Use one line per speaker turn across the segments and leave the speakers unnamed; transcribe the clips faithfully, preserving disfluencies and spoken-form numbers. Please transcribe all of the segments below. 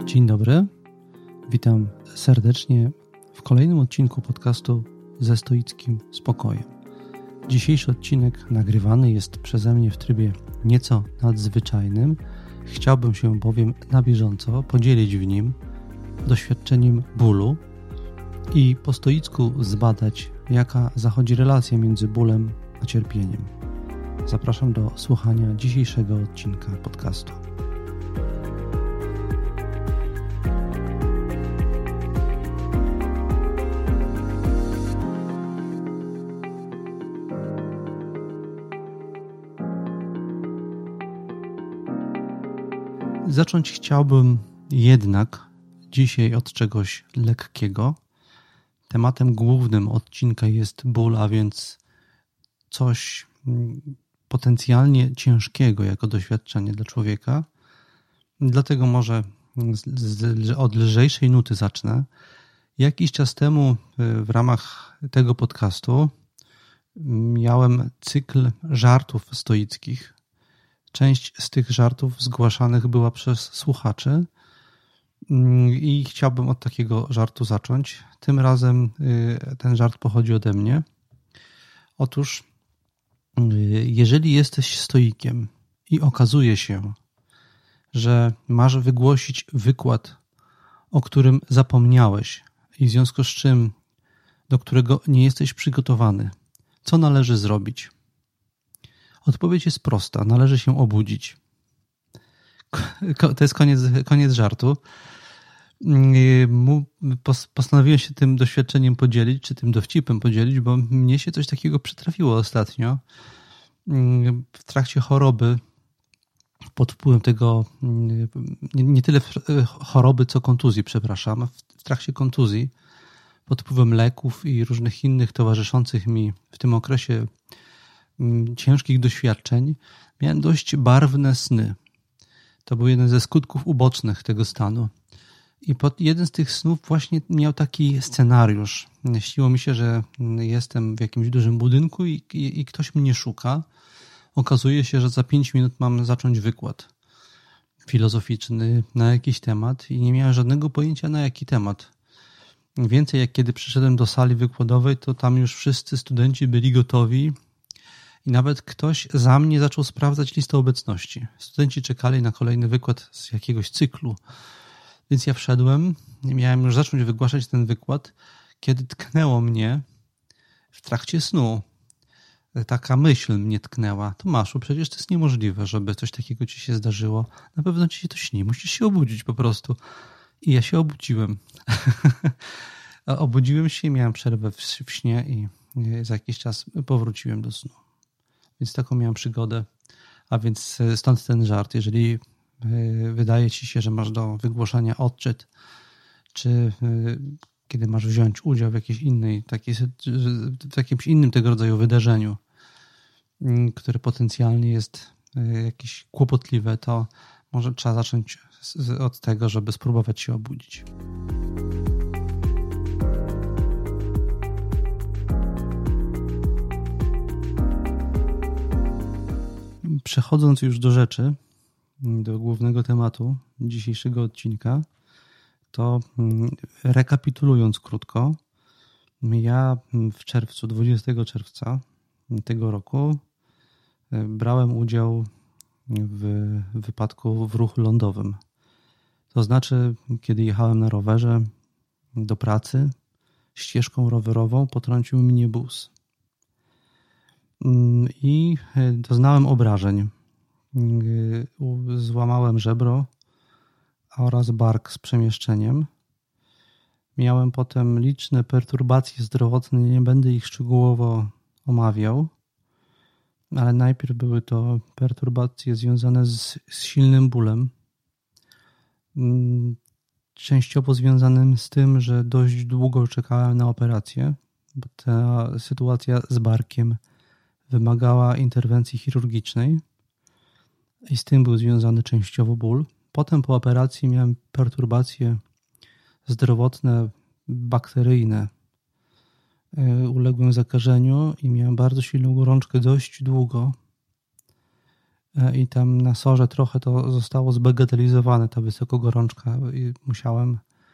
Dzień dobry, witam serdecznie w kolejnym odcinku podcastu Ze Stoickim Spokojem. Dzisiejszy odcinek nagrywany jest przeze mnie w trybie nieco nadzwyczajnym. Chciałbym się bowiem na bieżąco podzielić w nim doświadczeniem bólu i po stoicku zbadać, jaka zachodzi relacja między bólem a cierpieniem. Zapraszam do słuchania dzisiejszego odcinka podcastu. Zacząć chciałbym jednak dzisiaj od czegoś lekkiego. Tematem głównym odcinka jest ból, a więc coś potencjalnie ciężkiego jako doświadczenie dla człowieka. Dlatego może od lżejszej nuty zacznę. Jakiś czas temu w ramach tego podcastu miałem cykl żartów stoickich. Część z tych żartów zgłaszanych była przez słuchaczy i chciałbym od takiego żartu zacząć. Tym razem ten żart pochodzi ode mnie. Otóż, jeżeli jesteś stoikiem i okazuje się, że masz wygłosić wykład, o którym zapomniałeś i w związku z czym do którego nie jesteś przygotowany, co należy zrobić? Odpowiedź jest prosta. Należy się obudzić. To jest koniec, koniec żartu. Postanowiłem się tym doświadczeniem podzielić, czy tym dowcipem podzielić, bo mnie się coś takiego przytrafiło ostatnio. W trakcie choroby, pod wpływem tego, nie tyle choroby, co kontuzji, przepraszam, w trakcie kontuzji, pod wpływem leków i różnych innych towarzyszących mi w tym okresie ciężkich doświadczeń, miałem dość barwne sny. To był jeden ze skutków ubocznych tego stanu. I pod jeden z tych snów właśnie miał taki scenariusz. Śniło mi się, że jestem w jakimś dużym budynku i, i, i ktoś mnie szuka. Okazuje się, że za pięć minut mam zacząć wykład filozoficzny na jakiś temat i nie miałem żadnego pojęcia na jaki temat. Więcej, jak kiedy przyszedłem do sali wykładowej, to tam już wszyscy studenci byli gotowi i nawet ktoś za mnie zaczął sprawdzać listę obecności. Studenci czekali na kolejny wykład z jakiegoś cyklu. Więc ja wszedłem, miałem już zacząć wygłaszać ten wykład, kiedy tknęło mnie w trakcie snu. Taka myśl mnie tknęła. Tomaszu, przecież to jest niemożliwe, żeby coś takiego ci się zdarzyło. Na pewno ci się to śni. Musisz się obudzić po prostu. I ja się obudziłem. Obudziłem się i miałem przerwę w śnie i za jakiś czas powróciłem do snu. Więc taką miałem przygodę. A więc stąd ten żart. Jeżeli wydaje ci się, że masz do wygłoszenia odczyt, czy kiedy masz wziąć udział w jakiejś innej, takiej, w jakimś innym tego rodzaju wydarzeniu, które potencjalnie jest jakieś kłopotliwe, to może trzeba zacząć od tego, żeby spróbować się obudzić. Przechodząc już do rzeczy, do głównego tematu dzisiejszego odcinka, to rekapitulując krótko, ja w czerwcu, dwudziestego czerwca tego roku brałem udział w wypadku w ruchu lądowym. To znaczy, kiedy jechałem na rowerze do pracy, ścieżką rowerową potrącił mnie bus. I doznałem obrażeń. Złamałem żebro oraz bark z przemieszczeniem. Miałem potem liczne perturbacje zdrowotne, nie będę ich szczegółowo omawiał, ale najpierw były to perturbacje związane z, z silnym bólem, częściowo związanym z tym, że dość długo czekałem na operację, bo ta sytuacja z barkiem wymagała interwencji chirurgicznej i z tym był związany częściowo ból. Potem po operacji miałem perturbacje zdrowotne, bakteryjne. Uległem zakażeniu i miałem bardzo silną gorączkę dość długo. i tam na sorze trochę to zostało zbagatelizowane, ta wysokogorączka i musiałem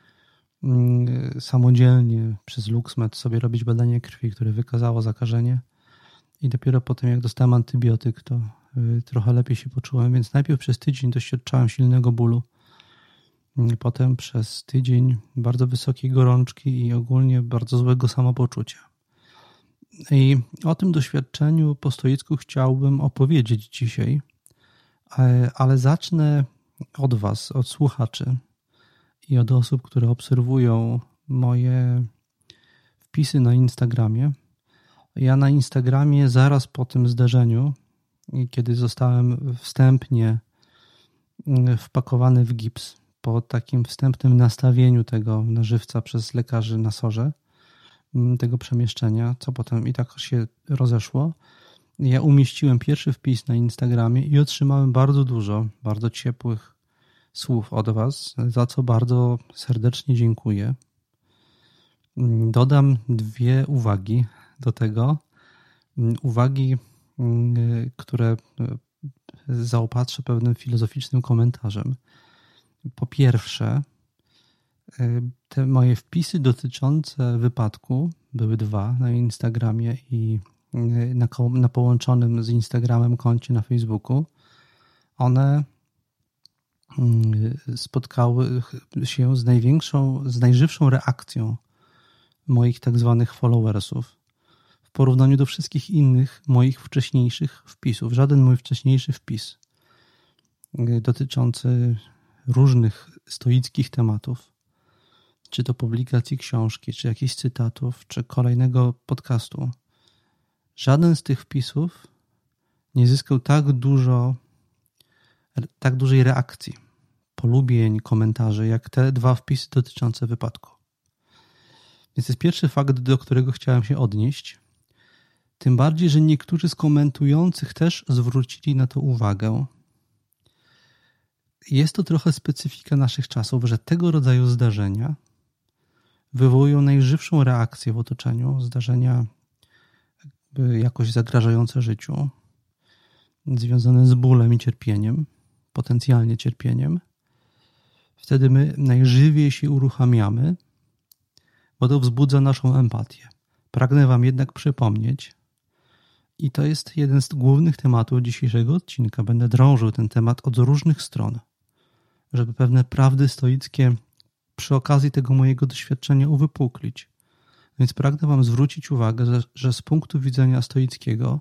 samodzielnie przez LuxMed sobie robić badanie krwi, które wykazało zakażenie i dopiero potem jak dostałem antybiotyk, to trochę lepiej się poczułem, więc najpierw przez tydzień doświadczałem silnego bólu, potem przez tydzień bardzo wysokiej gorączki i ogólnie bardzo złego samopoczucia. I o tym doświadczeniu po stoicku chciałbym opowiedzieć dzisiaj, ale zacznę od Was, od słuchaczy i od osób, które obserwują moje wpisy na Instagramie. Ja na Instagramie zaraz po tym zdarzeniu, kiedy zostałem wstępnie wpakowany w gips, po takim wstępnym nastawieniu tego na żywca przez lekarzy na sorze, tego przemieszczenia, co potem i tak się rozeszło. Ja umieściłem pierwszy wpis na Instagramie i otrzymałem bardzo dużo, bardzo ciepłych słów od Was, za co bardzo serdecznie dziękuję. Dodam dwie uwagi do tego. Uwagi, które zaopatrzę pewnym filozoficznym komentarzem. Po pierwsze, te moje wpisy dotyczące wypadku, były dwa na Instagramie i na, na połączonym z Instagramem koncie na Facebooku, one spotkały się z największą, z najżywszą reakcją moich tak zwanych followersów w porównaniu do wszystkich innych moich wcześniejszych wpisów. Żaden mój wcześniejszy wpis dotyczący różnych stoickich tematów, czy to publikacji książki, czy jakichś cytatów, czy kolejnego podcastu, żaden z tych wpisów nie zyskał tak dużo, tak dużej reakcji, polubień, komentarzy, jak te dwa wpisy dotyczące wypadku. Więc to jest pierwszy fakt, do którego chciałem się odnieść. Tym bardziej, że niektórzy z komentujących też zwrócili na to uwagę. Jest to trochę specyfika naszych czasów, że tego rodzaju zdarzenia wywołują najżywszą reakcję w otoczeniu, zdarzenia jakoś zagrażające życiu, związane z bólem i cierpieniem, potencjalnie cierpieniem. Wtedy my najżywiej się uruchamiamy, bo to wzbudza naszą empatię. Pragnę Wam jednak przypomnieć, i to jest jeden z głównych tematów dzisiejszego odcinka, będę drążył ten temat od różnych stron, żeby pewne prawdy stoickie przy okazji tego mojego doświadczenia uwypuklić. Więc pragnę Wam zwrócić uwagę, że, że z punktu widzenia stoickiego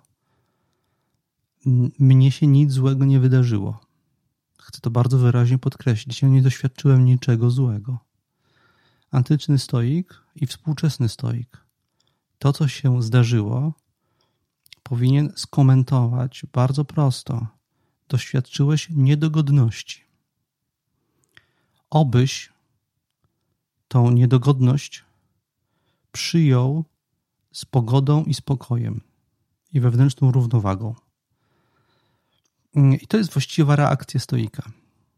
mnie się nic złego nie wydarzyło. Chcę to bardzo wyraźnie podkreślić. Ja nie doświadczyłem niczego złego. Antyczny stoik i współczesny stoik. To, co się zdarzyło, powinien skomentować bardzo prosto. Doświadczyłeś niedogodności. Obyś tą niedogodność przyjął z pogodą i spokojem i wewnętrzną równowagą. I to jest właściwa reakcja stoika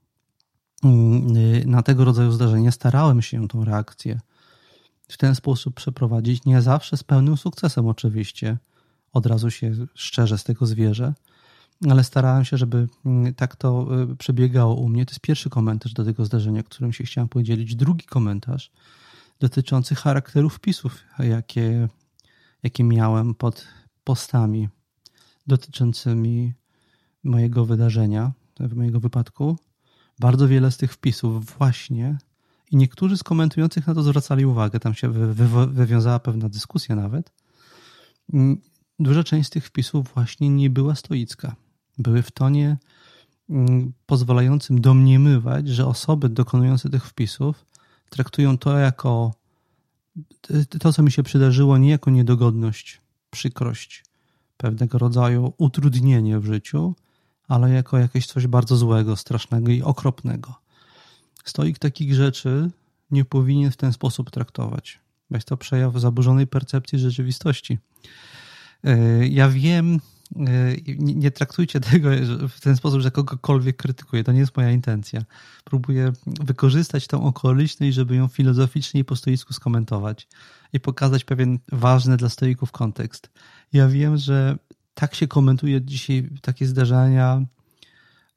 na tego rodzaju zdarzenia. Starałem się tą reakcję w ten sposób przeprowadzić, nie zawsze z pełnym sukcesem oczywiście, od razu się szczerze z tego zwierzę, ale starałem się, żeby tak to przebiegało u mnie. To jest pierwszy komentarz do tego zdarzenia, którym się chciałem podzielić. Drugi komentarz dotyczący charakteru wpisów, jakie, jakie miałem pod postami dotyczącymi mojego wydarzenia, mojego wypadku. Bardzo wiele z tych wpisów właśnie i niektórzy z komentujących na to zwracali uwagę. Tam się wy, wy, wywiązała pewna dyskusja nawet. Duża część z tych wpisów właśnie nie była stoicka. Były w tonie pozwalającym domniemywać, że osoby dokonujące tych wpisów traktują to jako to, co mi się przydarzyło, nie jako niedogodność, przykrość, pewnego rodzaju utrudnienie w życiu, ale jako jakieś coś bardzo złego, strasznego i okropnego. Stoik takich rzeczy nie powinien w ten sposób traktować. Jest to przejaw zaburzonej percepcji rzeczywistości. Ja wiem, nie traktujcie tego w ten sposób, że kogokolwiek krytykuję. To nie jest moja intencja. Próbuję wykorzystać tą okoliczność, żeby ją filozoficznie i po stoicku skomentować i pokazać pewien ważny dla stoików kontekst. Ja wiem, że tak się komentuje dzisiaj takie zdarzenia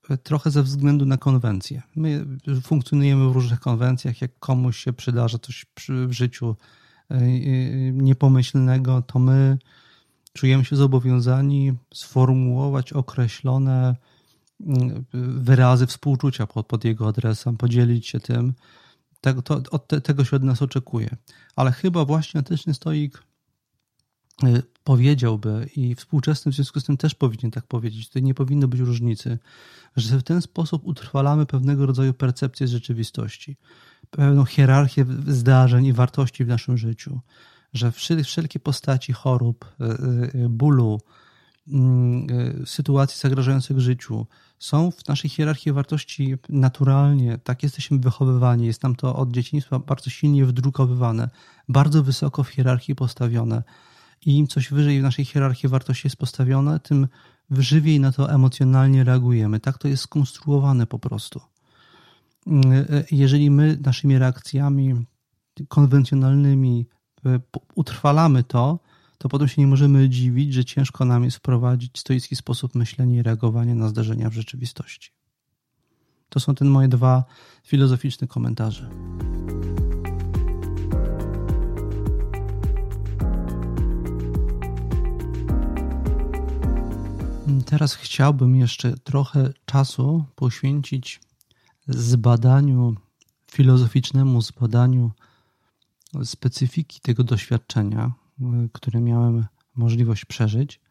trochę ze względu na konwencje. My funkcjonujemy w różnych konwencjach. Jak komuś się przydarza coś w życiu niepomyślnego, to my czujemy się zobowiązani sformułować określone wyrazy współczucia pod, pod jego adresem, podzielić się tym. Tego, to, od te, tego się od nas oczekuje. Ale chyba właśnie antyczny stoik powiedziałby, i współczesny w związku z tym też powinien tak powiedzieć, tutaj nie powinno być różnicy, że w ten sposób utrwalamy pewnego rodzaju percepcję z rzeczywistości, pewną hierarchię zdarzeń i wartości w naszym życiu, że wszelkie postaci chorób, bólu, sytuacji zagrażających życiu są w naszej hierarchii wartości naturalnie, tak jesteśmy wychowywani, jest nam to od dzieciństwa bardzo silnie wdrukowywane, bardzo wysoko w hierarchii postawione i im coś wyżej w naszej hierarchii wartości jest postawione, tym żywiej na to emocjonalnie reagujemy. Tak to jest skonstruowane po prostu. Jeżeli my naszymi reakcjami konwencjonalnymi utrwalamy to, to potem się nie możemy dziwić, że ciężko nam jest wprowadzić stoicki sposób myślenia i reagowania na zdarzenia w rzeczywistości. To są te moje dwa filozoficzne komentarze. Teraz chciałbym jeszcze trochę czasu poświęcić zbadaniu filozoficznemu, zbadaniu specyfiki tego doświadczenia, które miałem możliwość przeżyć,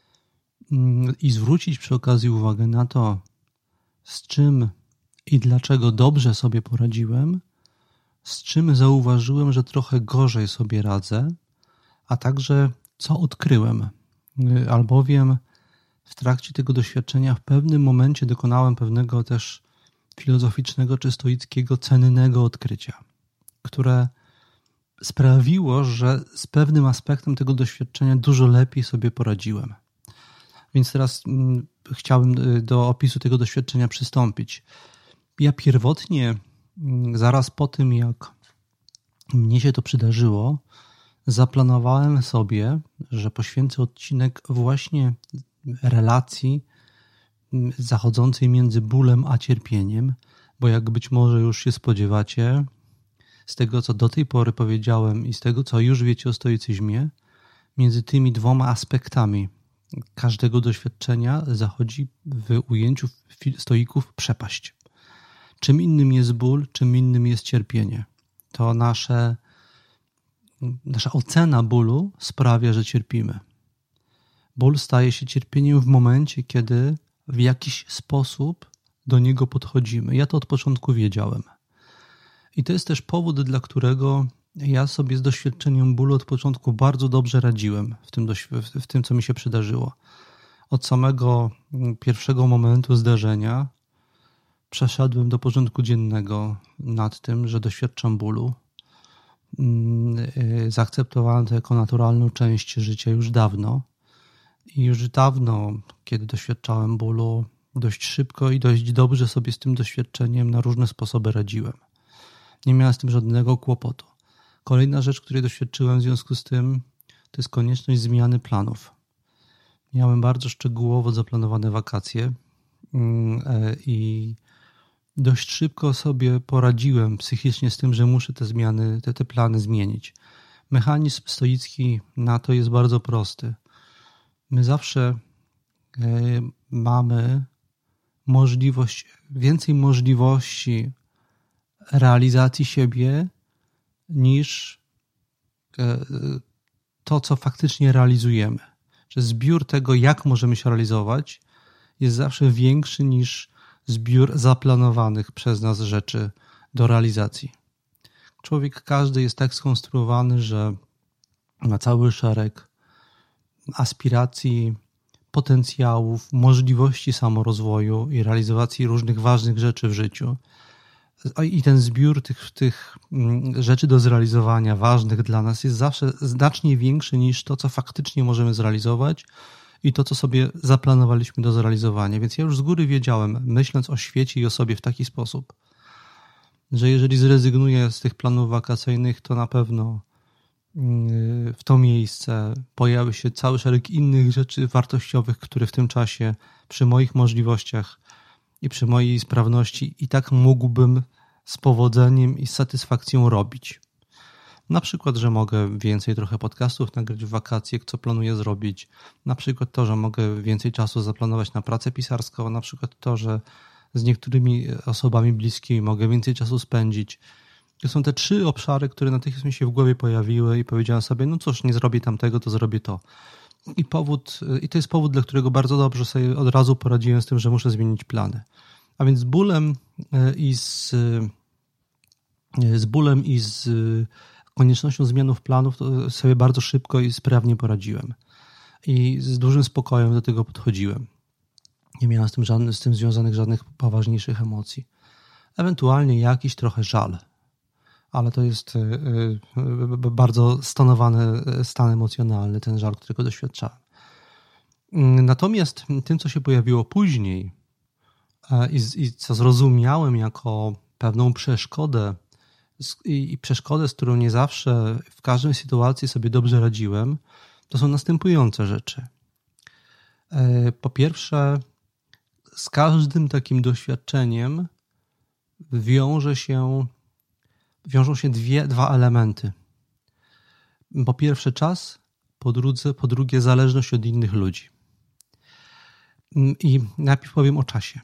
i zwrócić przy okazji uwagę na to, z czym i dlaczego dobrze sobie poradziłem, z czym zauważyłem, że trochę gorzej sobie radzę, a także co odkryłem, albowiem w trakcie tego doświadczenia w pewnym momencie dokonałem pewnego też filozoficznego czy stoickiego cennego odkrycia, które sprawiło, że z pewnym aspektem tego doświadczenia dużo lepiej sobie poradziłem. Więc teraz chciałbym do opisu tego doświadczenia przystąpić. Ja pierwotnie, zaraz po tym jak mnie się to przydarzyło, zaplanowałem sobie, że poświęcę odcinek właśnie relacji zachodzącej między bólem a cierpieniem, bo jak być może już się spodziewacie, z tego co do tej pory powiedziałem i z tego co już wiecie o stoicyzmie, między tymi dwoma aspektami każdego doświadczenia zachodzi w ujęciu stoików przepaść. Czym innym jest ból, czym innym jest cierpienie. To nasze, nasza ocena bólu sprawia, że cierpimy. Ból staje się cierpieniem w momencie, kiedy w jakiś sposób do niego podchodzimy. Ja to od początku wiedziałem. I to jest też powód, dla którego ja sobie z doświadczeniem bólu od początku bardzo dobrze radziłem w tym, w tym, co mi się przydarzyło. Od samego pierwszego momentu zdarzenia przeszedłem do porządku dziennego nad tym, że doświadczam bólu. Zaakceptowałem to jako naturalną część życia już dawno. I już dawno, kiedy doświadczałem bólu, dość szybko i dość dobrze sobie z tym doświadczeniem na różne sposoby radziłem. Nie miałem z tym żadnego kłopotu. Kolejna rzecz, której doświadczyłem w związku z tym, to jest konieczność zmiany planów. Miałem bardzo szczegółowo zaplanowane wakacje i dość szybko sobie poradziłem psychicznie z tym, że muszę te zmiany, te, te plany zmienić. Mechanizm stoicki na to jest bardzo prosty. My zawsze mamy możliwość, więcej możliwości realizacji siebie niż to, co faktycznie realizujemy. Że zbiór tego, jak możemy się realizować, jest zawsze większy niż zbiór zaplanowanych przez nas rzeczy do realizacji. Człowiek każdy jest tak skonstruowany, że ma cały szereg aspiracji, potencjałów, możliwości samorozwoju i realizacji różnych ważnych rzeczy w życiu. I ten zbiór tych, tych rzeczy do zrealizowania, ważnych dla nas, jest zawsze znacznie większy niż to, co faktycznie możemy zrealizować i to, co sobie zaplanowaliśmy do zrealizowania. Więc ja już z góry wiedziałem, myśląc o świecie i o sobie w taki sposób, że jeżeli zrezygnuję z tych planów wakacyjnych, to na pewno w to miejsce pojawi się cały szereg innych rzeczy wartościowych, które w tym czasie przy moich możliwościach i przy mojej sprawności i tak mógłbym z powodzeniem i z satysfakcją robić. Na przykład, że mogę więcej trochę podcastów nagrać w wakacje, co planuję zrobić. Na przykład to, że mogę więcej czasu zaplanować na pracę pisarską. Na przykład to, że z niektórymi osobami bliskimi mogę więcej czasu spędzić. To są te trzy obszary, które natychmiast mi się w głowie pojawiły i powiedziałem sobie, no cóż, nie zrobię tamtego, to zrobię to. I powód, i to jest powód, dla którego bardzo dobrze sobie od razu poradziłem z tym, że muszę zmienić plany. A więc z bólem i z, z bólem i z koniecznością zmianów planów to sobie bardzo szybko i sprawnie poradziłem. I z dużym spokojem do tego podchodziłem. Nie miałem z tym, żadnych, z tym związanych żadnych poważniejszych emocji. Ewentualnie jakiś trochę żal. Ale to jest bardzo stonowany stan emocjonalny, ten żal, którego doświadczałem. Natomiast tym, co się pojawiło później i, i co zrozumiałem jako pewną przeszkodę i, i przeszkodę, z którą nie zawsze w każdej sytuacji sobie dobrze radziłem, to są następujące rzeczy. Po pierwsze, z każdym takim doświadczeniem wiąże się wiążą się dwie, dwa elementy. Po pierwsze czas, po drugie, po drugie zależność od innych ludzi. I najpierw powiem o czasie.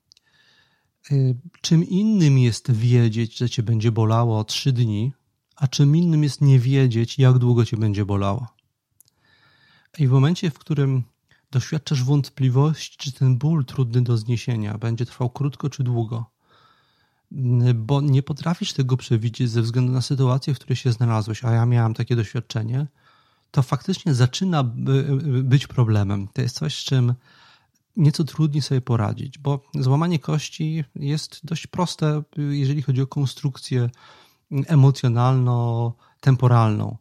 Czym innym jest wiedzieć, że cię będzie bolało trzy dni, a czym innym jest nie wiedzieć, jak długo cię będzie bolało. I w momencie, w którym doświadczasz wątpliwości, czy ten ból trudny do zniesienia będzie trwał krótko czy długo, bo nie potrafisz tego przewidzieć ze względu na sytuację, w której się znalazłeś, a ja miałem takie doświadczenie, to faktycznie zaczyna być problemem. To jest coś, z czym nieco trudniej sobie poradzić, bo złamanie kości jest dość proste, jeżeli chodzi o konstrukcję emocjonalno-temporalną.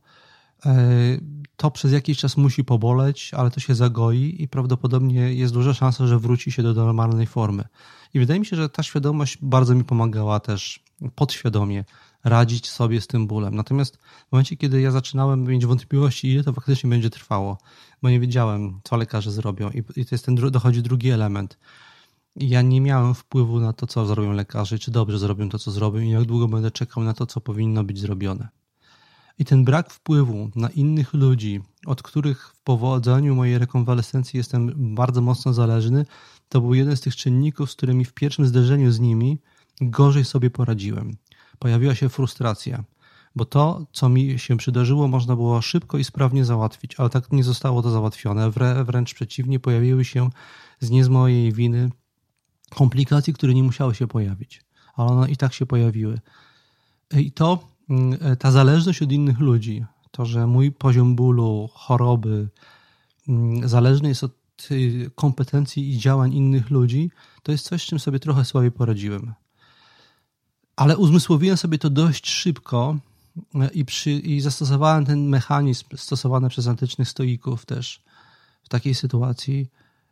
To przez jakiś czas musi poboleć, ale to się zagoi i prawdopodobnie jest duża szansa, że wróci się do normalnej formy. I wydaje mi się, że ta świadomość bardzo mi pomagała też podświadomie radzić sobie z tym bólem. Natomiast w momencie, kiedy ja zaczynałem mieć wątpliwości, ile to faktycznie będzie trwało, bo nie wiedziałem, co lekarze zrobią i, i to jest ten, dochodzi drugi element. Ja nie miałem wpływu na to, co zrobią lekarze, czy dobrze zrobią to, co zrobią i jak długo będę czekał na to, co powinno być zrobione. I ten brak wpływu na innych ludzi, od których w powodzeniu mojej rekonwalescencji jestem bardzo mocno zależny, to był jeden z tych czynników, z którymi w pierwszym zderzeniu z nimi gorzej sobie poradziłem. Pojawiła się frustracja, bo to, co mi się przydarzyło, można było szybko i sprawnie załatwić, ale tak nie zostało to załatwione. Wrę, wręcz przeciwnie, pojawiły się z nie z mojej winy komplikacje, które nie musiały się pojawić, ale one i tak się pojawiły. I to ta zależność od innych ludzi, to, że mój poziom bólu, choroby zależny jest od kompetencji i działań innych ludzi, to jest coś, z czym sobie trochę słabiej poradziłem. Ale uzmysłowiłem sobie to dość szybko i, przy, i zastosowałem ten mechanizm stosowany przez antycznych stoików też w takiej sytuacji.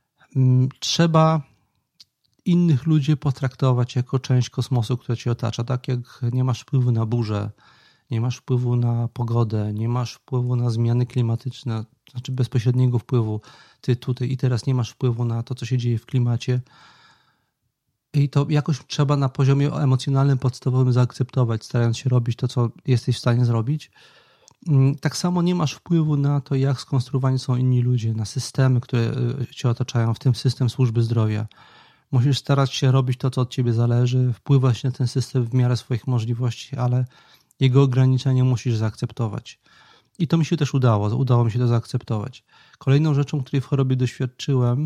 Trzeba innych ludzi potraktować jako część kosmosu, która cię otacza. Tak jak nie masz wpływu na burzę, nie masz wpływu na pogodę, nie masz wpływu na zmiany klimatyczne, znaczy bezpośredniego wpływu. Ty tutaj i teraz nie masz wpływu na to, co się dzieje w klimacie. I to jakoś trzeba na poziomie emocjonalnym, podstawowym zaakceptować, starając się robić to, co jesteś w stanie zrobić. Tak samo nie masz wpływu na to, jak skonstruowani są inni ludzie, na systemy, które cię otaczają, w tym system służby zdrowia. Musisz starać się robić to, co od ciebie zależy, wpływać na ten system w miarę swoich możliwości, ale jego ograniczenia musisz zaakceptować. I to mi się też udało. Udało mi się to zaakceptować. Kolejną rzeczą, której w chorobie doświadczyłem,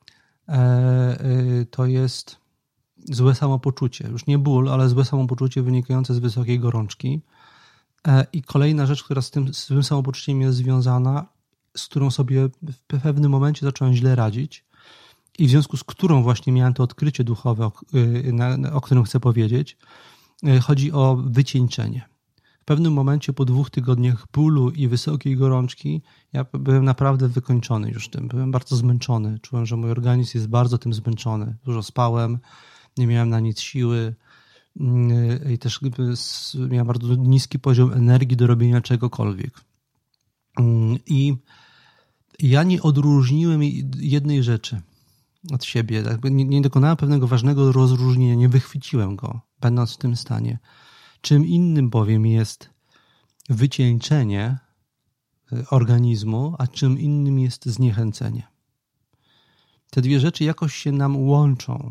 to jest złe samopoczucie. Już nie ból, ale złe samopoczucie wynikające z wysokiej gorączki. I kolejna rzecz, która z tym złym samopoczuciem jest związana, z którą sobie w pewnym momencie zacząłem źle radzić i w związku z którą właśnie miałem to odkrycie duchowe, o, o którym chcę powiedzieć, chodzi o wycieńczenie. W pewnym momencie po dwóch tygodniach bólu i wysokiej gorączki ja byłem naprawdę wykończony już tym. Byłem bardzo zmęczony. Czułem, że mój organizm jest bardzo tym zmęczony. Dużo spałem, nie miałem na nic siły i też miałem bardzo niski poziom energii do robienia czegokolwiek. I ja nie odróżniłem jednej rzeczy. od siebie. Jakby nie, nie dokonałem pewnego ważnego rozróżnienia, nie wychwyciłem go, będąc w tym stanie. Czym innym bowiem jest wycieńczenie organizmu, a czym innym jest zniechęcenie. Te dwie rzeczy jakoś się nam łączą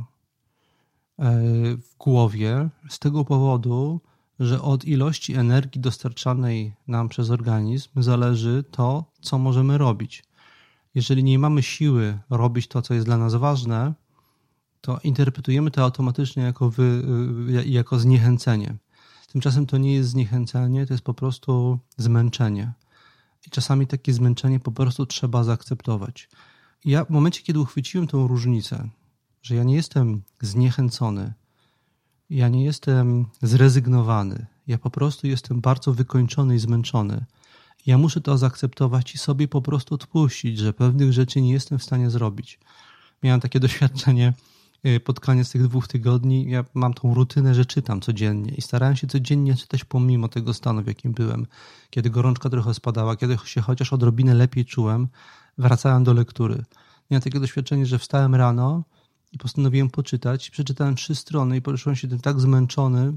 w głowie z tego powodu, że od ilości energii dostarczanej nam przez organizm zależy to, co możemy robić. Jeżeli nie mamy siły robić to, co jest dla nas ważne, to interpretujemy to automatycznie jako, wy, jako zniechęcenie. Tymczasem to nie jest zniechęcenie, to jest po prostu zmęczenie. I czasami takie zmęczenie po prostu trzeba zaakceptować. I ja w momencie, kiedy uchwyciłem tą różnicę, że ja nie jestem zniechęcony, ja nie jestem zrezygnowany, ja po prostu jestem bardzo wykończony i zmęczony. Ja muszę to zaakceptować i sobie po prostu odpuścić, że pewnych rzeczy nie jestem w stanie zrobić. Miałem takie doświadczenie pod koniec tych dwóch tygodni. Ja mam tą rutynę, że czytam codziennie i starałem się codziennie czytać pomimo tego stanu, w jakim byłem. Kiedy gorączka trochę spadała, kiedy się chociaż odrobinę lepiej czułem, wracałem do lektury. Miałem takie doświadczenie, że wstałem rano i postanowiłem poczytać. Przeczytałem trzy strony i poczułem się tym tak zmęczony,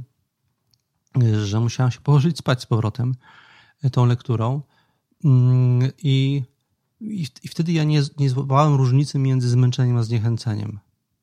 że musiałem się położyć spać z powrotem tą lekturą. I, i, i wtedy ja nie, nie złapałem różnicy między zmęczeniem a zniechęceniem.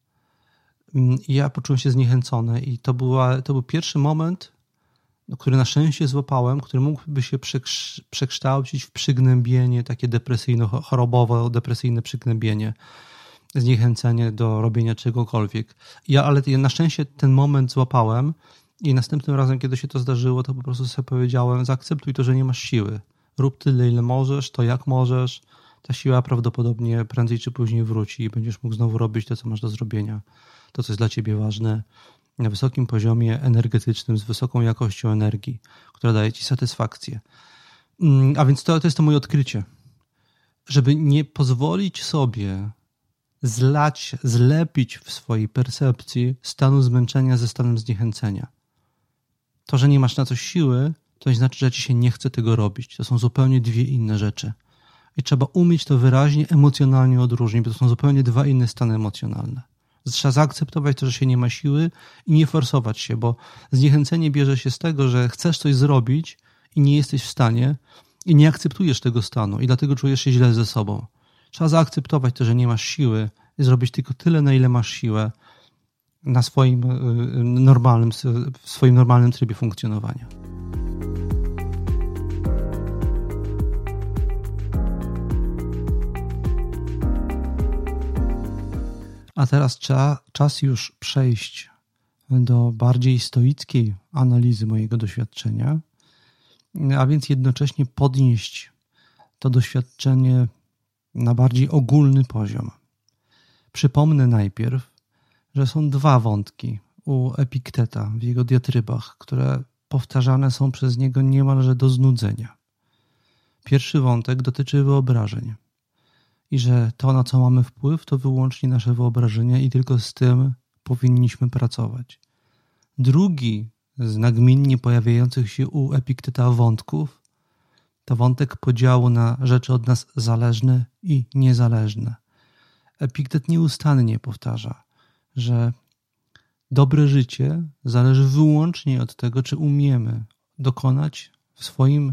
I ja poczułem się zniechęcony i to, była, to był pierwszy moment, który na szczęście złapałem, który mógłby się przekształcić w przygnębienie, takie depresyjno-chorobowe, depresyjne przygnębienie, zniechęcenie do robienia czegokolwiek. Ja, ale ja na szczęście ten moment złapałem i następnym razem, kiedy się to zdarzyło, to po prostu sobie powiedziałem, zaakceptuj to, że nie masz siły. Rób tyle, ile możesz, to jak możesz. Ta siła prawdopodobnie prędzej czy później wróci i będziesz mógł znowu robić to, co masz do zrobienia. To, co jest dla ciebie ważne, na wysokim poziomie energetycznym, z wysoką jakością energii, która daje ci satysfakcję. A więc to, to jest to moje odkrycie. Żeby nie pozwolić sobie zlać, zlepić w swojej percepcji stanu zmęczenia ze stanem zniechęcenia. To, że nie masz na coś siły, to nie znaczy, że ci się nie chce tego robić. To są zupełnie dwie inne rzeczy. I trzeba umieć to wyraźnie, emocjonalnie odróżnić, bo to są zupełnie dwa inne stany emocjonalne. Trzeba zaakceptować to, że się nie ma siły i nie forsować się, bo zniechęcenie bierze się z tego, że chcesz coś zrobić i nie jesteś w stanie i nie akceptujesz tego stanu i dlatego czujesz się źle ze sobą. Trzeba zaakceptować to, że nie masz siły i zrobić tylko tyle, na ile masz siłę na swoim normalnym, w swoim normalnym trybie funkcjonowania. A teraz cza, czas już przejść do bardziej stoickiej analizy mojego doświadczenia, a więc jednocześnie podnieść to doświadczenie na bardziej ogólny poziom. Przypomnę najpierw, że są dwa wątki u Epikteta w jego diatrybach, które powtarzane są przez niego niemalże do znudzenia. Pierwszy wątek dotyczy wyobrażeń. I że to, na co mamy wpływ, to wyłącznie nasze wyobrażenia i tylko z tym powinniśmy pracować. Drugi z nagminnie pojawiających się u Epikteta wątków to wątek podziału na rzeczy od nas zależne i niezależne. Epiktet nieustannie powtarza, że dobre życie zależy wyłącznie od tego, czy umiemy dokonać w swoim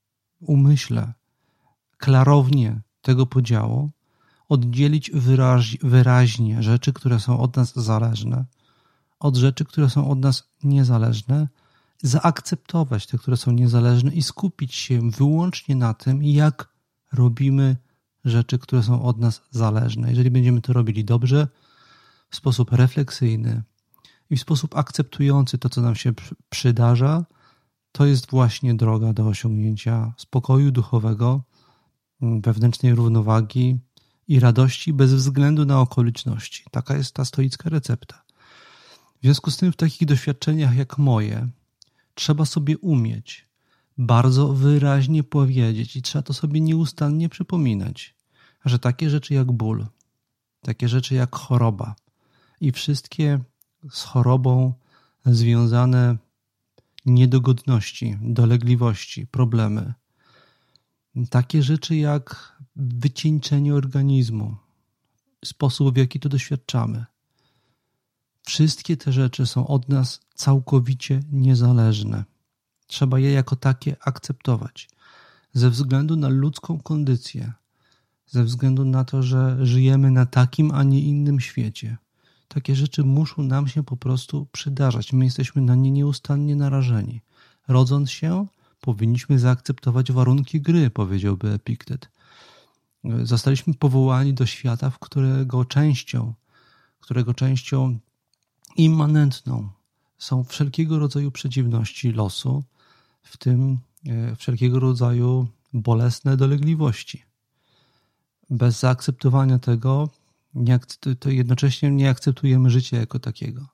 umyśle klarownie tego podziału, oddzielić wyraź, wyraźnie rzeczy, które są od nas zależne, od rzeczy, które są od nas niezależne, zaakceptować te, które są niezależne i skupić się wyłącznie na tym, jak robimy rzeczy, które są od nas zależne. Jeżeli będziemy to robili dobrze, w sposób refleksyjny i w sposób akceptujący to, co nam się przydarza, to jest właśnie droga do osiągnięcia spokoju duchowego, wewnętrznej równowagi i radości bez względu na okoliczności. Taka jest ta stoicka recepta. W związku z tym w takich doświadczeniach jak moje trzeba sobie umieć bardzo wyraźnie powiedzieć i trzeba to sobie nieustannie przypominać, że takie rzeczy jak ból, takie rzeczy jak choroba i wszystkie z chorobą związane niedogodności, dolegliwości, problemy, takie rzeczy jak wycieńczenie organizmu, sposób, w jaki to doświadczamy. Wszystkie te rzeczy są od nas całkowicie niezależne. Trzeba je jako takie akceptować. Ze względu na ludzką kondycję, ze względu na to, że żyjemy na takim, a nie innym świecie. Takie rzeczy muszą nam się po prostu przydarzać. My jesteśmy na nie nieustannie narażeni. Rodząc się, powinniśmy zaakceptować warunki gry, powiedziałby Epiktet. Zostaliśmy powołani do świata, w którego częścią, którego częścią immanentną są wszelkiego rodzaju przeciwności losu, w tym wszelkiego rodzaju bolesne dolegliwości. Bez zaakceptowania tego nie, to jednocześnie nie akceptujemy życia jako takiego.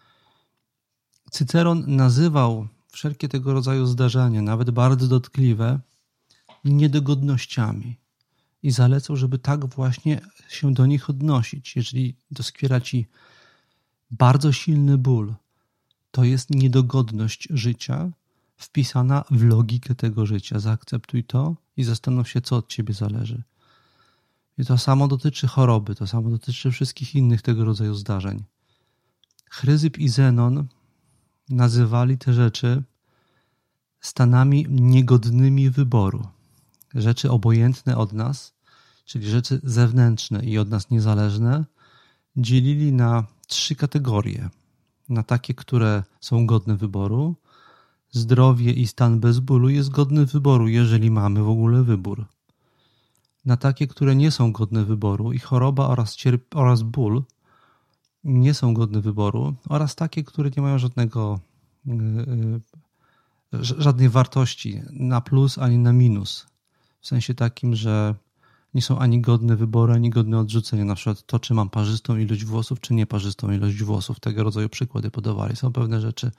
Cyceron nazywał wszelkie tego rodzaju zdarzenia, nawet bardzo dotkliwe, niedogodnościami i zalecał, żeby tak właśnie się do nich odnosić. Jeżeli doskwiera ci bardzo silny ból, to jest niedogodność życia wpisana w logikę tego życia. Zaakceptuj to i zastanów się, co od ciebie zależy. I to samo dotyczy choroby, to samo dotyczy wszystkich innych tego rodzaju zdarzeń. Chryzyp i Zenon nazywali te rzeczy stanami niegodnymi wyboru. Rzeczy obojętne od nas, czyli rzeczy zewnętrzne i od nas niezależne, dzielili na trzy kategorie. Na takie, które są godne wyboru. Zdrowie i stan bez bólu jest godny wyboru, jeżeli mamy w ogóle wybór. Na takie, które nie są godne wyboru i choroba oraz, cierp- oraz ból nie są godne wyboru, oraz takie, które nie mają żadnego, yy, żadnej wartości na plus ani na minus. W sensie takim, że nie są ani godne wyboru, ani godne odrzucenia. Na przykład to, czy mam parzystą ilość włosów, czy nieparzystą ilość włosów. Tego rodzaju przykłady podawali. Są pewne rzeczy,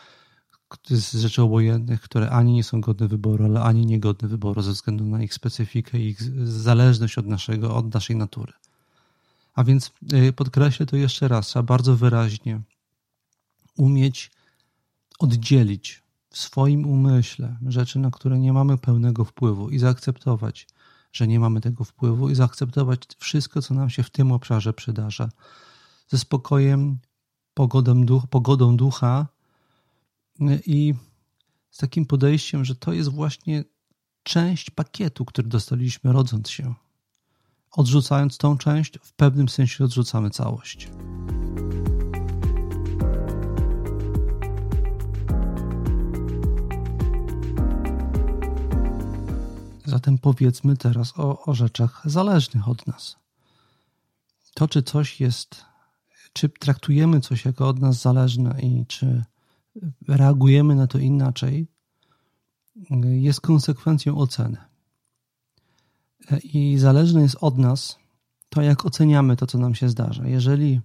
z rzeczy obojętnych, które ani nie są godne wyboru, ale ani niegodne wyboru ze względu na ich specyfikę i ich zależność od, naszego, od naszej natury. A więc podkreślę to jeszcze raz, trzeba bardzo wyraźnie umieć oddzielić w swoim umyśle rzeczy, na które nie mamy pełnego wpływu i zaakceptować, że nie mamy tego wpływu i zaakceptować wszystko, co nam się w tym obszarze przydarza. Ze spokojem, pogodą, duch, pogodą ducha i z takim podejściem, że to jest właśnie część pakietu, który dostaliśmy rodząc się. Odrzucając tą część, w pewnym sensie odrzucamy całość. Zatem powiedzmy teraz o, o rzeczach zależnych od nas. To, czy coś jest, czy traktujemy coś jako od nas zależne i czy reagujemy na to inaczej, jest konsekwencją oceny. I zależne jest od nas to, jak oceniamy to, co nam się zdarza. Jeżeli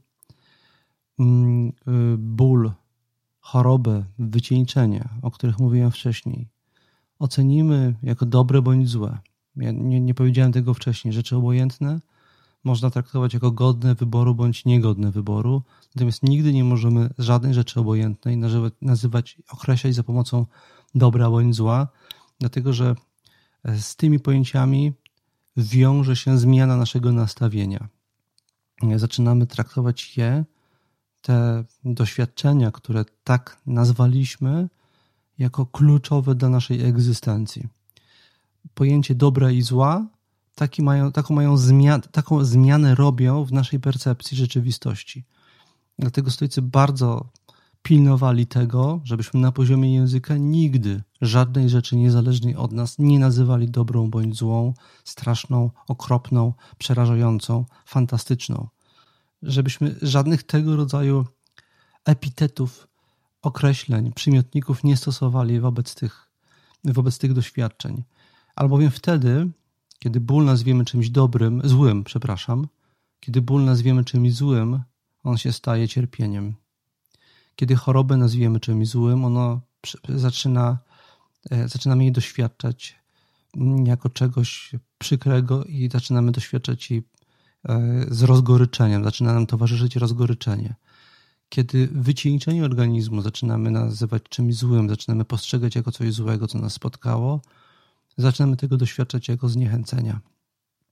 ból, chorobę, wycieńczenie, o których mówiłem wcześniej, ocenimy jako dobre bądź złe. Ja nie, nie powiedziałem tego wcześniej. Rzeczy obojętne można traktować jako godne wyboru bądź niegodne wyboru, natomiast nigdy nie możemy żadnej rzeczy obojętnej nazywać, nazywać określać za pomocą dobra bądź zła, dlatego że z tymi pojęciami wiąże się zmiana naszego nastawienia. Zaczynamy traktować je, te doświadczenia, które tak nazwaliśmy, jako kluczowe dla naszej egzystencji. Pojęcie dobra i zła taki mają, taką, mają zmian, taką zmianę robią w naszej percepcji rzeczywistości. Dlatego stoicy bardzo pilnowali tego, żebyśmy na poziomie języka nigdy żadnej rzeczy niezależnej od nas nie nazywali dobrą bądź złą, straszną, okropną, przerażającą, fantastyczną. Żebyśmy żadnych tego rodzaju epitetów, określeń, przymiotników nie stosowali wobec tych, wobec tych doświadczeń. Albowiem wtedy, kiedy ból nazwiemy czymś dobrym, złym, przepraszam, kiedy ból nazwiemy czymś złym, on się staje cierpieniem. Kiedy chorobę nazwiemy czymś złym, ono zaczyna, zaczynamy jej doświadczać jako czegoś przykrego i zaczynamy doświadczać jej z rozgoryczeniem. Zaczyna nam towarzyszyć rozgoryczenie. Kiedy wycieńczenie organizmu zaczynamy nazywać czymś złym, zaczynamy postrzegać jako coś złego, co nas spotkało, zaczynamy tego doświadczać jako zniechęcenia.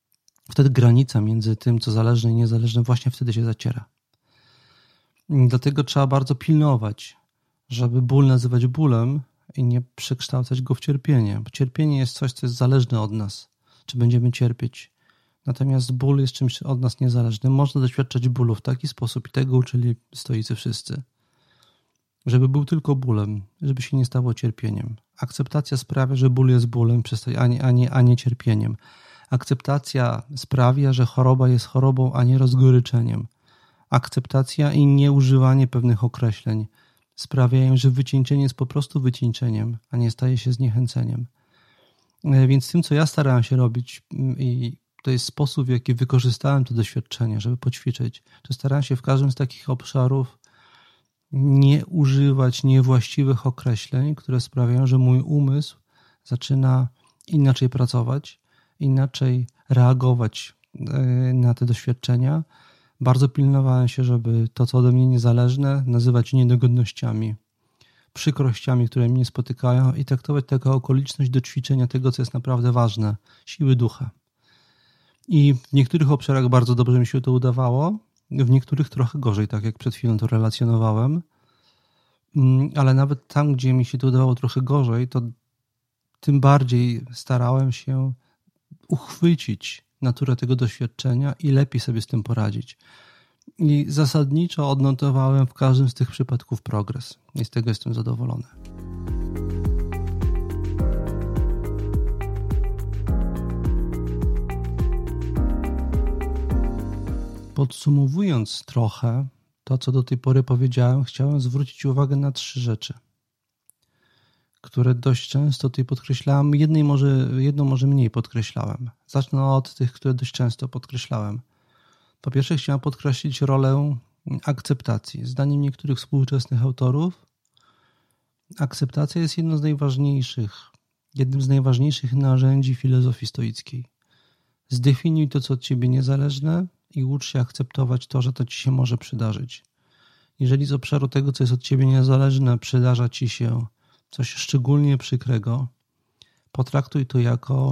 wtedy granica między tym, co zależne i niezależne, właśnie wtedy się zaciera. I dlatego trzeba bardzo pilnować, żeby ból nazywać bólem i nie przekształcać go w cierpienie, bo cierpienie jest coś, co jest zależne od nas, czy będziemy cierpieć. Natomiast ból jest czymś od nas niezależnym. Można doświadczać bólu w taki sposób, i tego uczyli stoicy wszyscy, żeby był tylko bólem, żeby się nie stało cierpieniem. Akceptacja sprawia, że ból jest bólem, a nie, a nie, a nie cierpieniem. Akceptacja sprawia, że choroba jest chorobą, a nie rozgoryczeniem. Akceptacja i nieużywanie pewnych określeń sprawiają, że wycieńczenie jest po prostu wycieńczeniem, a nie staje się zniechęceniem. Więc tym, co ja starałem się robić, i to jest sposób, w jaki wykorzystałem to doświadczenie, żeby poćwiczyć, to starałem się w każdym z takich obszarów nie używać niewłaściwych określeń, które sprawiają, że mój umysł zaczyna inaczej pracować, inaczej reagować na te doświadczenia. Bardzo pilnowałem się, żeby to, co ode mnie niezależne, nazywać niedogodnościami, przykrościami, które mnie spotykają, i traktować taką okoliczność do ćwiczenia tego, co jest naprawdę ważne, siły ducha. I w niektórych obszarach bardzo dobrze mi się to udawało, w niektórych trochę gorzej, tak jak przed chwilą to relacjonowałem, ale nawet tam, gdzie mi się to udawało trochę gorzej, to tym bardziej starałem się uchwycić naturę tego doświadczenia i lepiej sobie z tym poradzić. I zasadniczo odnotowałem w każdym z tych przypadków progres i z tego jestem zadowolony. Podsumowując trochę to, co do tej pory powiedziałem, chciałem zwrócić uwagę na trzy rzeczy, które dość często tutaj podkreślałem. Jednej może, jedną może mniej podkreślałem. Zacznę od tych, które dość często podkreślałem. Po pierwsze, chciałem podkreślić rolę akceptacji. Zdaniem niektórych współczesnych autorów akceptacja jest jedną z najważniejszych, jednym z najważniejszych narzędzi filozofii stoickiej. Zdefiniuj to, co od ciebie niezależne, i ucz się akceptować to, że to ci się może przydarzyć. Jeżeli z obszaru tego, co jest od ciebie niezależne, przydarza ci się coś szczególnie przykrego, potraktuj to jako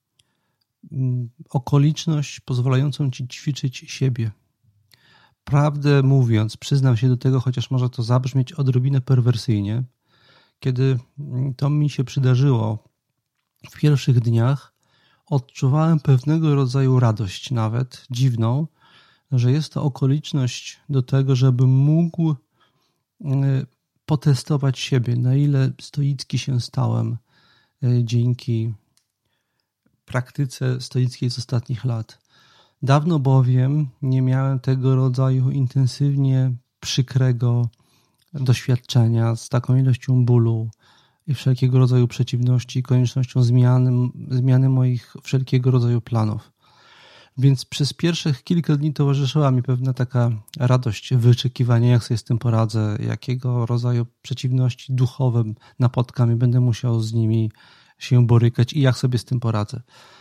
okoliczność pozwalającą ci ćwiczyć siebie. Prawdę mówiąc, przyznam się do tego, chociaż może to zabrzmieć odrobinę perwersyjnie, kiedy to mi się przydarzyło w pierwszych dniach, odczuwałem pewnego rodzaju radość, nawet dziwną, że jest to okoliczność do tego, żebym mógł potestować siebie, na ile stoicki się stałem dzięki praktyce stoickiej z ostatnich lat. Dawno bowiem nie miałem tego rodzaju intensywnie przykrego doświadczenia z taką ilością bólu i wszelkiego rodzaju przeciwności i koniecznością zmiany, zmiany moich wszelkiego rodzaju planów. Więc przez pierwszych kilka dni towarzyszyła mi pewna taka radość, wyczekiwanie, jak sobie z tym poradzę, jakiego rodzaju przeciwności duchowe napotkam i będę musiał z nimi się borykać i jak sobie z tym poradzę.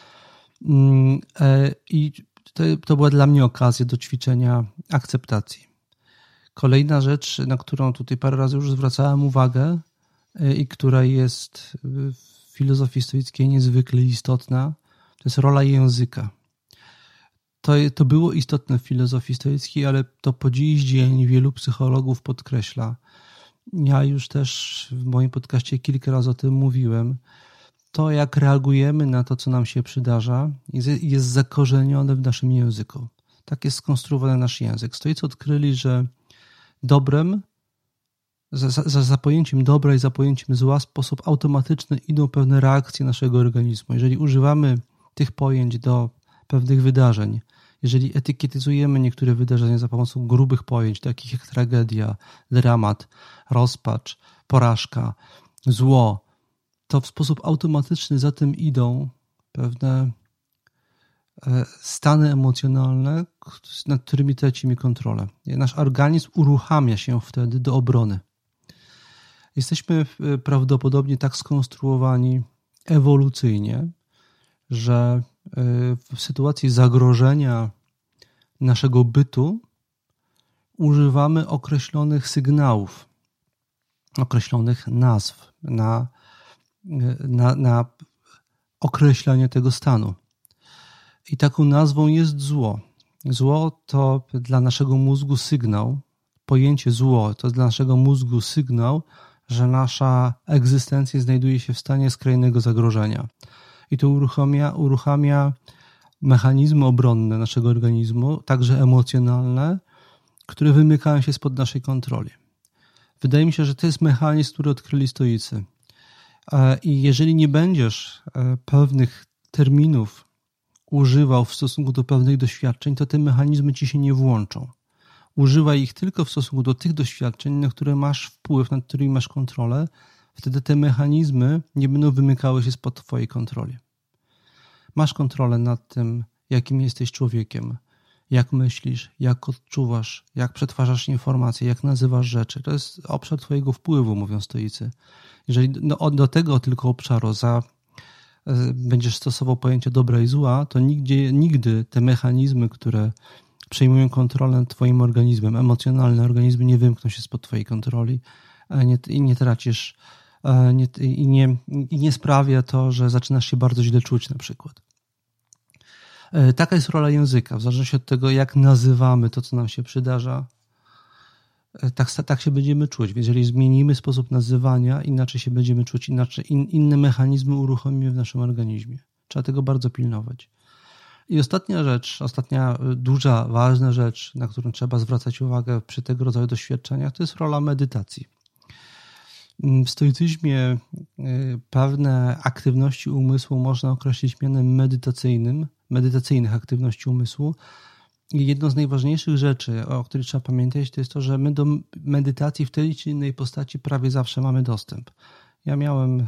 I to, to była dla mnie okazja do ćwiczenia akceptacji. Kolejna rzecz, na którą tutaj parę razy już zwracałem uwagę i która jest w filozofii stoickiej niezwykle istotna, to jest rola języka. To, to było istotne w filozofii stoickiej, ale to po dziś dzień wielu psychologów podkreśla. Ja już też w moim podcaście kilka razy o tym mówiłem. To, jak reagujemy na to, co nam się przydarza, jest, jest zakorzenione w naszym języku. Tak jest skonstruowany nasz język. Stoicy odkryli, że dobrem, za, za, za pojęciem dobra i za pojęciem zła w sposób automatyczny idą pewne reakcje naszego organizmu. Jeżeli używamy tych pojęć do pewnych wydarzeń, jeżeli etykietyzujemy niektóre wydarzenia za pomocą grubych pojęć, takich jak tragedia, dramat, rozpacz, porażka, zło, to w sposób automatyczny za tym idą pewne stany emocjonalne, nad którymi tracimy kontrolę. Nasz organizm uruchamia się wtedy do obrony. Jesteśmy prawdopodobnie tak skonstruowani ewolucyjnie, że w sytuacji zagrożenia naszego bytu używamy określonych sygnałów, określonych nazw na, na, na określenie tego stanu. I taką nazwą jest zło. Zło to dla naszego mózgu sygnał, pojęcie zło to dla naszego mózgu sygnał, że nasza egzystencja znajduje się w stanie skrajnego zagrożenia. I to uruchamia, uruchamia mechanizmy obronne naszego organizmu, także emocjonalne, które wymykają się spod naszej kontroli. Wydaje mi się, że to jest mechanizm, który odkryli stoicy. I jeżeli nie będziesz pewnych terminów używał w stosunku do pewnych doświadczeń, to te mechanizmy ci się nie włączą. Używaj ich tylko w stosunku do tych doświadczeń, na które masz wpływ, nad którymi masz kontrolę. Wtedy te mechanizmy nie będą wymykały się spod twojej kontroli. Masz kontrolę nad tym, jakim jesteś człowiekiem, jak myślisz, jak odczuwasz, jak przetwarzasz informacje, jak nazywasz rzeczy. To jest obszar twojego wpływu, mówią stoicy. Jeżeli do, do tego tylko obszaru za, będziesz stosował pojęcie dobra i zła, to nigdzie, nigdy te mechanizmy, które przejmują kontrolę nad twoim organizmem, emocjonalne organizmy nie wymkną się spod twojej kontroli nie, i nie tracisz nie, i, nie, i nie sprawia to, że zaczynasz się bardzo źle czuć na przykład. Taka jest rola języka. W zależności od tego, jak nazywamy to, co nam się przydarza, tak, tak się będziemy czuć. Jeżeli zmienimy sposób nazywania, inaczej się będziemy czuć, inaczej in, inne mechanizmy uruchomimy w naszym organizmie. Trzeba tego bardzo pilnować. I ostatnia rzecz, ostatnia duża, ważna rzecz, na którą trzeba zwracać uwagę przy tego rodzaju doświadczeniach, to jest rola medytacji. W stoicyzmie pewne aktywności umysłu można określić mianem medytacyjnym, medytacyjnych aktywności umysłu. I jedną z najważniejszych rzeczy, o której trzeba pamiętać, to jest to, że my do medytacji w tej czy innej postaci prawie zawsze mamy dostęp. Ja miałem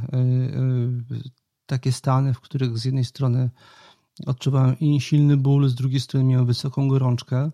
takie stany, w których z jednej strony odczuwałem i silny ból, z drugiej strony miałem wysoką gorączkę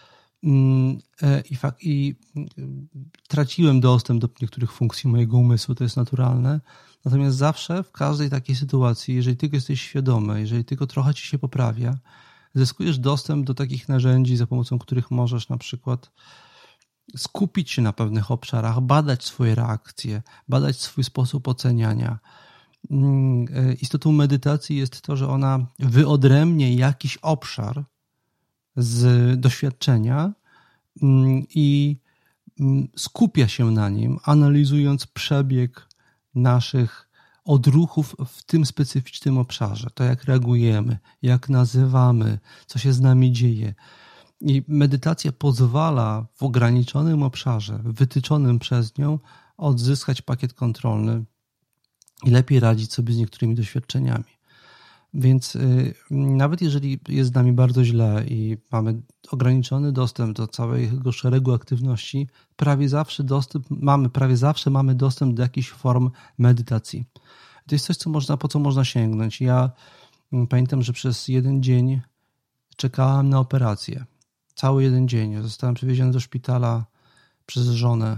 i, fakt, i traciłem dostęp do niektórych funkcji mojego umysłu, to jest naturalne. Natomiast zawsze w każdej takiej sytuacji, jeżeli tylko jesteś świadomy, jeżeli tylko trochę ci się poprawia, zyskujesz dostęp do takich narzędzi, za pomocą których możesz na przykład skupić się na pewnych obszarach, badać swoje reakcje, badać swój sposób oceniania. Istotą medytacji jest to, że ona wyodrębnia jakiś obszar z doświadczenia i skupia się na nim, analizując przebieg naszych odruchów w tym specyficznym obszarze. To, jak reagujemy, jak nazywamy, co się z nami dzieje. I medytacja pozwala w ograniczonym obszarze, wytyczonym przez nią, odzyskać pakiet kontrolny i lepiej radzić sobie z niektórymi doświadczeniami. Więc yy, nawet jeżeli jest z nami bardzo źle i mamy ograniczony dostęp do całego szeregu aktywności, prawie zawsze dostęp mamy, prawie zawsze mamy dostęp do jakichś form medytacji. To jest coś, co można, po co można sięgnąć. Ja pamiętam, że przez jeden dzień czekałem na operację. Cały jeden dzień. Zostałem przewieziony do szpitala przez żonę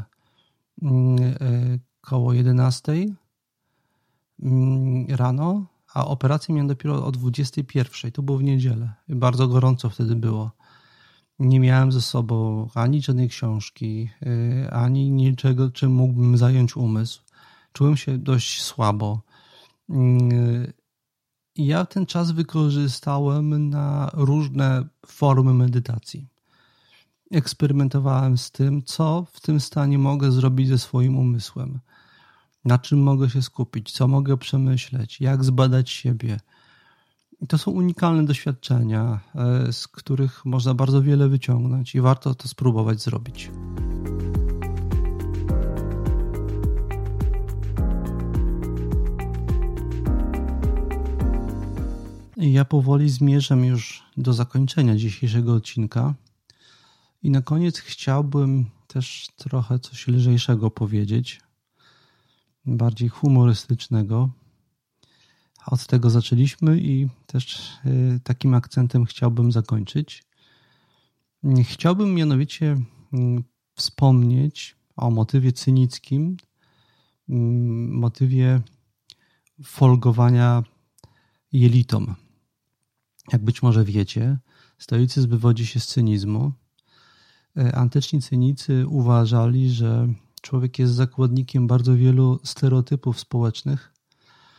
koło jedenastej rano, a operację miałem dopiero o dwudziestej pierwszej. To było w niedzielę. Bardzo gorąco wtedy było. Nie miałem ze sobą ani żadnej książki, ani niczego, czym mógłbym zająć umysł. Czułem się dość słabo. I ja ten czas wykorzystałem na różne formy medytacji. Eksperymentowałem z tym, co w tym stanie mogę zrobić ze swoim umysłem. Na czym mogę się skupić, co mogę przemyśleć, jak zbadać siebie. I to są unikalne doświadczenia, z których można bardzo wiele wyciągnąć i warto to spróbować zrobić. I ja powoli zmierzam już do zakończenia dzisiejszego odcinka i na koniec chciałbym też trochę coś lżejszego powiedzieć, bardziej humorystycznego. Od tego zaczęliśmy i też takim akcentem chciałbym zakończyć. Chciałbym mianowicie wspomnieć o motywie cynickim, motywie folgowania jelitom. Jak być może wiecie, stoicyzm wywodzi się z cynizmu. Antyczni cynicy uważali, że człowiek jest zakładnikiem bardzo wielu stereotypów społecznych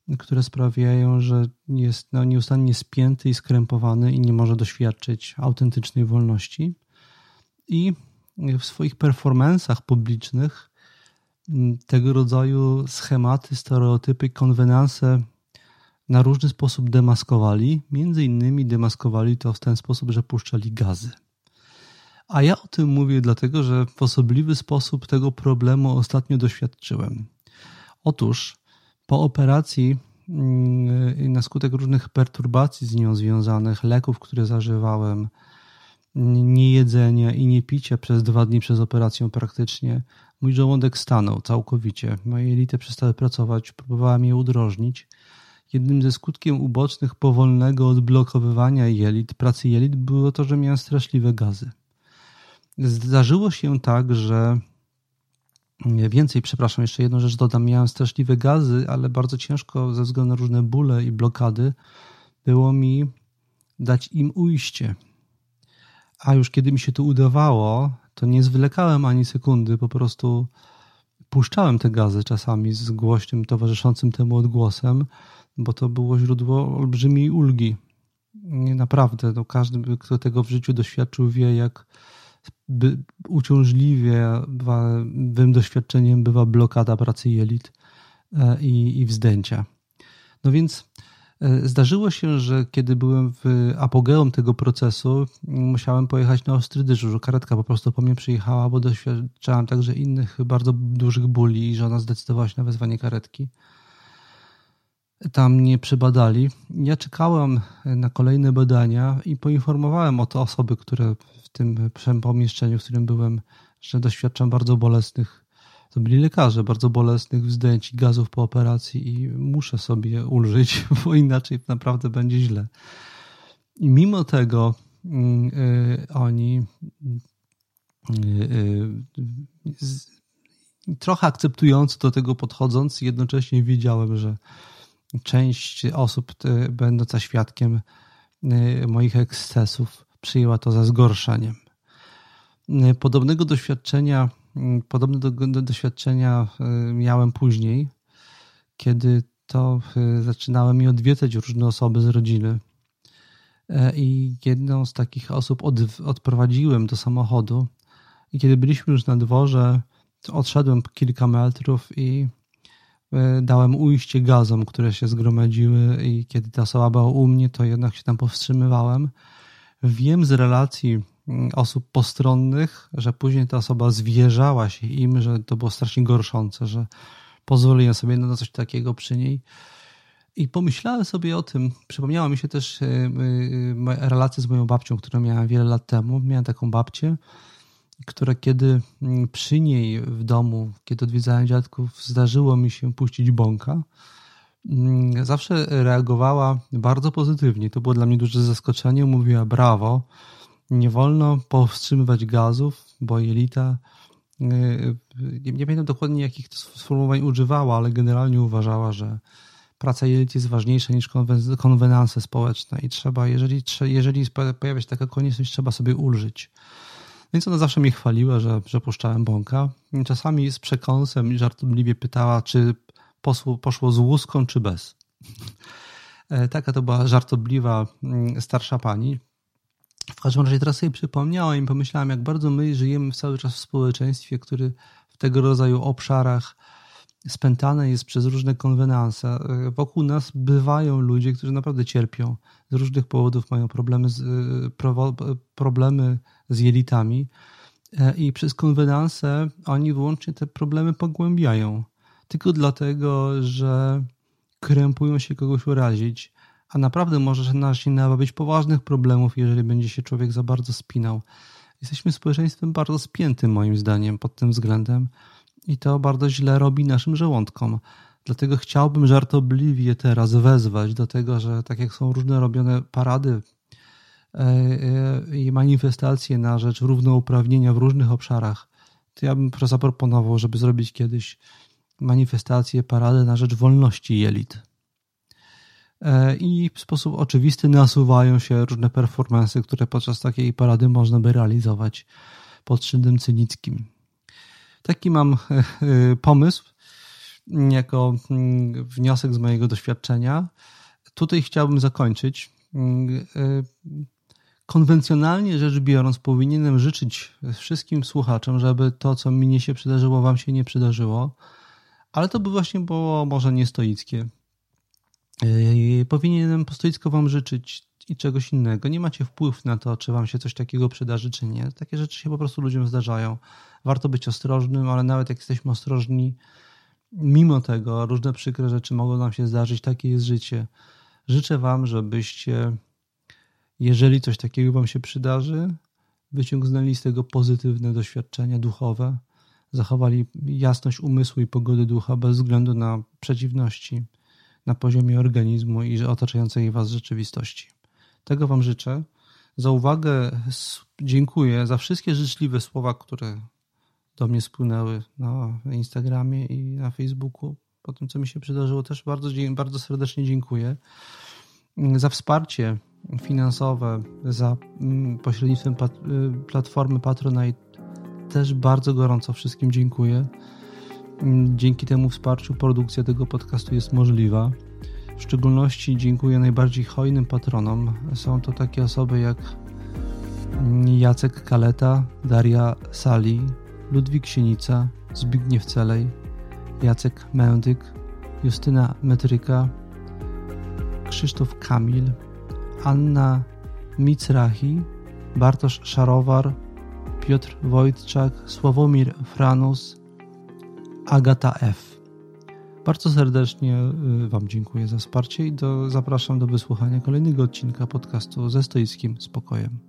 które sprawiają, że jest no, nieustannie spięty i skrępowany i nie może doświadczyć autentycznej wolności. I w swoich performansach publicznych tego rodzaju schematy, stereotypy i konwenanse na różny sposób demaskowali. Między innymi demaskowali to w ten sposób, że puszczali gazy. A ja o tym mówię dlatego, że w osobliwy sposób tego problemu ostatnio doświadczyłem. Otóż po operacji na skutek różnych perturbacji z nią związanych, leków, które zażywałem, niejedzenia i niepicia przez dwa dni przez operację praktycznie, mój żołądek stanął całkowicie. Moje jelity przestały pracować, próbowałem je udrożnić. Jednym ze skutkiem ubocznych powolnego odblokowywania jelit, pracy jelit było to, że miałem straszliwe gazy. Zdarzyło się tak, że więcej, przepraszam, jeszcze jedną rzecz dodam, miałem straszliwe gazy, ale bardzo ciężko ze względu na różne bóle i blokady było mi dać im ujście. A już kiedy mi się to udawało, to nie zwlekałem ani sekundy, po prostu puszczałem te gazy czasami z głośnym, towarzyszącym temu odgłosem, bo to było źródło olbrzymiej ulgi. Naprawdę, no każdy, kto tego w życiu doświadczył, wie, jak by uciążliwym doświadczeniem bywa blokada pracy jelit i, i wzdęcia. No więc zdarzyło się, że kiedy byłem w apogeum tego procesu, musiałem pojechać na ostry dyżur, że karetka po prostu po mnie przyjechała, bo doświadczałem także innych bardzo dużych bóli i żona zdecydowała się na wezwanie karetki. Tam mnie przebadali. Ja czekałem na kolejne badania i poinformowałem o to osoby, które w tym pomieszczeniu, w którym byłem, że doświadczam bardzo bolesnych, to byli lekarze, bardzo bolesnych wzdęć i gazów po operacji i muszę sobie ulżyć, bo inaczej naprawdę będzie źle. I mimo tego yy, oni yy, yy, trochę akceptująco do tego podchodząc, jednocześnie wiedziałem, że część osób będąca świadkiem moich ekscesów przyjęła to za zgorszeniem. Podobnego doświadczenia, podobne do, do doświadczenia miałem później, kiedy to zaczynały mi odwiedzać różne osoby z rodziny. I jedną z takich osób od, odprowadziłem do samochodu i kiedy byliśmy już na dworze, odszedłem kilka metrów i dałem ujście gazom, które się zgromadziły i kiedy ta osoba była u mnie, to jednak się tam powstrzymywałem. Wiem z relacji osób postronnych, że później ta osoba zwierzała się im, że to było strasznie gorszące, że pozwoliłem sobie na coś takiego przy niej. I pomyślałem sobie o tym, przypomniała mi się też relacja z moją babcią, którą miałem wiele lat temu. Miałem taką babcię, która kiedy przy niej w domu, kiedy odwiedzałem dziadków, zdarzyło mi się puścić bąka, zawsze reagowała bardzo pozytywnie. To było dla mnie duże zaskoczenie. Mówiła brawo, nie wolno powstrzymywać gazów, bo jelita, nie, nie pamiętam dokładnie jakich sformułowań używała, ale generalnie uważała, że praca jelit jest ważniejsza niż konwenanse społeczne i trzeba, jeżeli, jeżeli pojawia się taka konieczność, trzeba sobie ulżyć. Więc ona zawsze mnie chwaliła, że, że puszczałem bąka. Czasami z przekąsem i żartobliwie pytała, czy posło, poszło z łuską, czy bez. Taka to była żartobliwa starsza pani. W każdym razie teraz sobie przypomniałem i pomyślałem, jak bardzo my żyjemy cały czas w społeczeństwie, który w tego rodzaju obszarach spętane jest przez różne konwenanse. Wokół nas bywają ludzie, którzy naprawdę cierpią. Z różnych powodów mają problemy z, problemy z jelitami i przez konwenanse oni wyłącznie te problemy pogłębiają. Tylko dlatego, że krępują się kogoś urazić, a naprawdę może się nabawić poważnych problemów, jeżeli będzie się człowiek za bardzo spinał. Jesteśmy społeczeństwem bardzo spiętym moim zdaniem pod tym względem i to bardzo źle robi naszym żołądkom. Dlatego chciałbym żartobliwie teraz wezwać do tego, że tak jak są różne robione parady i manifestacje na rzecz równouprawnienia w różnych obszarach, to ja bym zaproponował, żeby zrobić kiedyś manifestację, paradę na rzecz wolności jelit. I w sposób oczywisty nasuwają się różne performance'y, które podczas takiej parady można by realizować pod szyldem cynickim. Taki mam pomysł jako wniosek z mojego doświadczenia. Tutaj chciałbym zakończyć. Konwencjonalnie rzecz biorąc, powinienem życzyć wszystkim słuchaczom, żeby to, co mnie się przydarzyło, wam się nie przydarzyło, ale to by właśnie było może niestoickie. Powinienem postoicko wam życzyć i czegoś innego. Nie macie wpływu na to, czy wam się coś takiego przydarzy, czy nie. Takie rzeczy się po prostu ludziom zdarzają. Warto być ostrożnym, ale nawet jak jesteśmy ostrożni, mimo tego różne przykre rzeczy mogą nam się zdarzyć. Takie jest życie. Życzę wam, żebyście, jeżeli coś takiego wam się przydarzy, wyciągnęli z tego pozytywne doświadczenia duchowe, zachowali jasność umysłu i pogody ducha bez względu na przeciwności na poziomie organizmu i otaczającej was rzeczywistości. Tego wam życzę. Za uwagę dziękuję, za wszystkie życzliwe słowa, które do mnie spłynęły na Instagramie i na Facebooku. Po tym, co mi się przydarzyło, też bardzo, bardzo serdecznie dziękuję. Za wsparcie finansowe, za pośrednictwem platformy Patronite też bardzo gorąco wszystkim dziękuję. Dzięki temu wsparciu produkcja tego podcastu jest możliwa. W szczególności dziękuję najbardziej hojnym patronom. Są to takie osoby jak Jacek Kaleta, Daria Sali, Ludwik Sienica, Zbigniew Celej, Jacek Mędyk, Justyna Metryka, Krzysztof Kamil, Anna Micrahi, Bartosz Szarowar, Piotr Wojtczak, Sławomir Franus, Agata F. Bardzo serdecznie wam dziękuję za wsparcie i do, zapraszam do wysłuchania kolejnego odcinka podcastu Ze Stoickim Spokojem.